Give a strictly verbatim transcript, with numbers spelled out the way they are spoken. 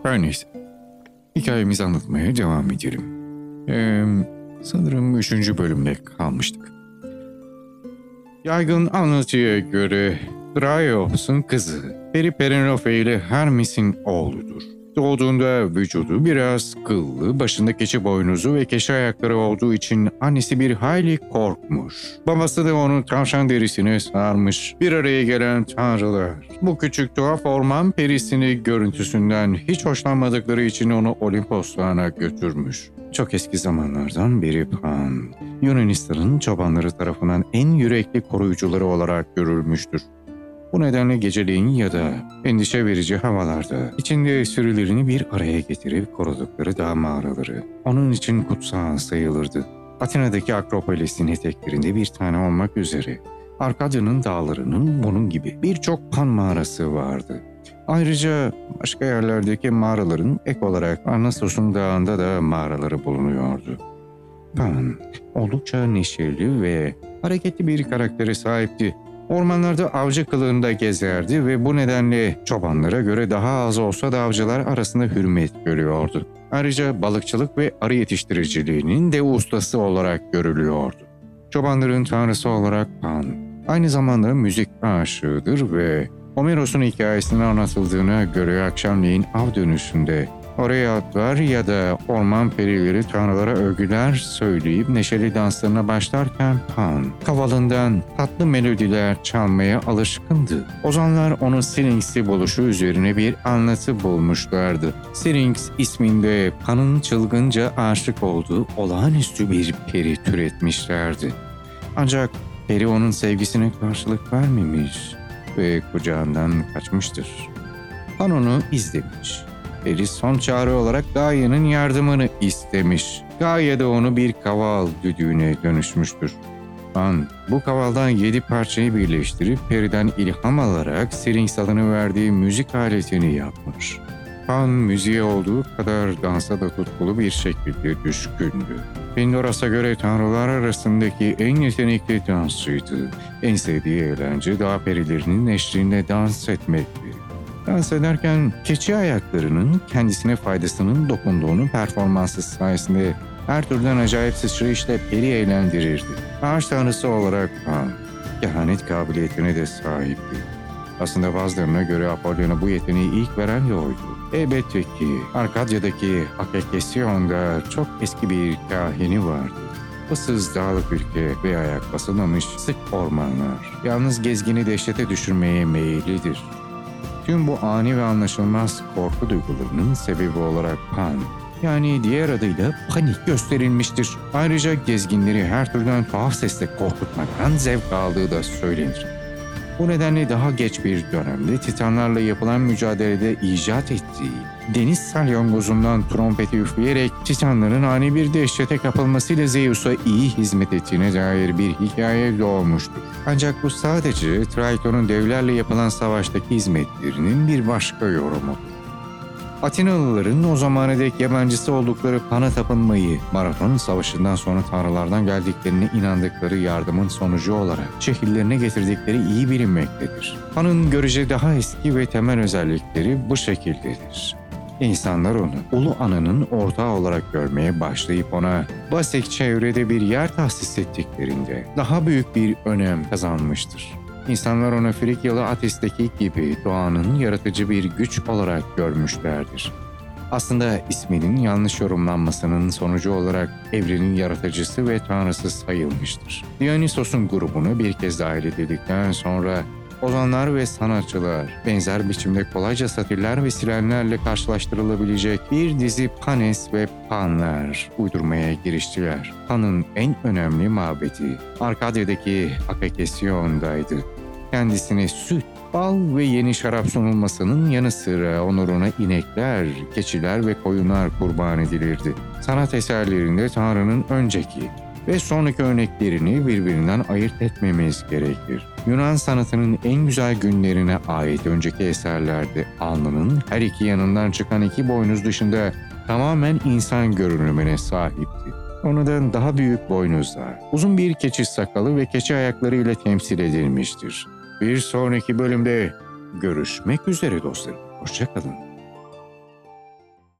Her neyse. Hikayemizi anlatmaya devam edelim. Ee, sanırım üçüncü bölümde kalmıştık. Yaygın anlatıya göre Draios'un kızı Peri Penelope ile Hermes'in oğludur. Doğduğunda vücudu biraz kıllı, başında keçi boynuzu ve keçi ayakları olduğu için annesi bir hayli korkmuş. Babası da onu tavşan derisine sarmış. Bir araya gelen tanrılar bu küçük tuhaf orman perisini görüntüsünden hiç hoşlanmadıkları için onu Olimpos Dağı'na götürmüş. Çok eski zamanlardan beri Pan, Yunanistan'ın çobanları tarafından en yürekli koruyucuları olarak görülmüştür. Bu nedenle geceleyin ya da endişe verici havalarda içinde sürülerini bir araya getirip korudukları dağ mağaraları onun için kutsal sayılırdı. Atina'daki Akropolis'in eteklerinde bir tane olmak üzere Arkadya'nın dağlarının bunun gibi birçok Pan mağarası vardı. Ayrıca başka yerlerdeki mağaraların ek olarak Parnassos'un dağında da mağaraları bulunuyordu. Pan oldukça neşeli ve hareketli bir karaktere sahipti. Ormanlarda avcı kılığında gezerdi ve bu nedenle çobanlara göre daha az olsa da avcılar arasında hürmet görüyordu. Ayrıca balıkçılık ve arı yetiştiriciliğinin de ustası olarak görülüyordu. Çobanların tanrısı olarak Pan, aynı zamanda müzik aşığıdır ve Homeros'un hikayesinin anlatıldığına göre akşamleyin av dönüşünde oraya atlar ya da orman perileri tanrılara övgüler söyleyip neşeli danslarına başlarken Pan, kavalından tatlı melodiler çalmaya alışkındı. Ozanlar onun Syrinx'i buluşu üzerine bir anlatı bulmuşlardı. Syrinx isminde Pan'ın çılgınca aşık olduğu olağanüstü bir peri türetmişlerdi. Ancak peri onun sevgisine karşılık vermemiş ve kucağından kaçmıştır. Pan onu izlemiş. Peri son çare olarak Gaia'nın yardımını istemiş. Gaia da onu bir kaval düdüğüne dönüşmüştür. Pan bu kavaldan yedi parçayı birleştirip Peri'den ilham alarak Syrinx adını verdiği müzik aletini yapmış. Pan müziğe olduğu kadar dansa da tutkulu bir şekilde düşkündü. Pindoras'a göre tanrılar arasındaki en yetenekli dansçıydı. En sevdiği eğlence dağ perilerinin eşliğinde dans etmekti. Dans ederken keçi ayaklarının kendisine faydasının dokunduğunu performansı sayesinde her türden acayip sıçrayışla peri eğlendirirdi. Ağaç tanrısı olarak Pan, kehanet kabiliyetine de sahipti. Aslında bazılarına göre Apollon'a bu yeteneği ilk veren de oydu. Elbette ki Arkadya'daki Akakesion'da çok eski bir kahini vardı. Issız dağlık ülke ve ayak basılmamış sık ormanlar, yalnız gezgini dehşete düşürmeye meyillidir. Tüm bu ani ve anlaşılmaz korku duygularının sebebi olarak Pan, yani diğer adıyla panik gösterilmiştir. Ayrıca gezginleri her türden tuhaf sesle korkutmaktan zevk aldığı da söylenir. Bu nedenle daha geç bir dönemde Titanlarla yapılan mücadelede icat ettiği deniz salyangozundan trompeti üfleyerek Titanların ani bir dehşete kapılmasıyla Zeus'a iyi hizmet ettiğine dair bir hikaye doğmuştur. Ancak bu sadece Traiton'un devlerle yapılan savaştaki hizmetlerinin bir başka yorumu. Atinalıların o zamana dek yabancısı oldukları Pan'a tapınmayı, Maraton Savaşı'ndan sonra tanrılardan geldiklerine inandıkları yardımın sonucu olarak şehirlerine getirdikleri iyi bilinmektedir. Pan'ın görece daha eski ve temel özellikleri bu şekildedir. İnsanlar onu Ulu Ana'nın ortağı olarak görmeye başlayıp ona basit çevrede bir yer tahsis ettiklerinde daha büyük bir önem kazanmıştır. İnsanlar onu Frikyalı Ates'teki gibi doğanın yaratıcı bir güç olarak görmüşlerdir. Aslında isminin yanlış yorumlanmasının sonucu olarak evrenin yaratıcısı ve tanrısı sayılmıştır. Dionysos'un grubunu bir kez dahil edildikten sonra ozanlar ve sanatçılar benzer biçimde kolayca satürler ve sirenlerle karşılaştırılabilecek bir dizi Panes ve Panlar uydurmaya giriştiler. Pan'ın en önemli mabedi Arkadya'daki Akakesion'daydı. Kendisine süt, bal ve yeni şarap sunulmasının yanı sıra onuruna inekler, keçiler ve koyunlar kurban edilirdi. Sanat eserlerinde Tanrı'nın önceki ve sonraki örneklerini birbirinden ayırt etmemiz gerekir. Yunan sanatının en güzel günlerine ait önceki eserlerde alnının her iki yanından çıkan iki boynuz dışında tamamen insan görünümüne sahipti. Ondan daha büyük boynuzlar, uzun bir keçi sakalı ve keçi ayaklarıyla temsil edilmiştir. Bir sonraki bölümde görüşmek üzere dostlarım. Hoşça kalın.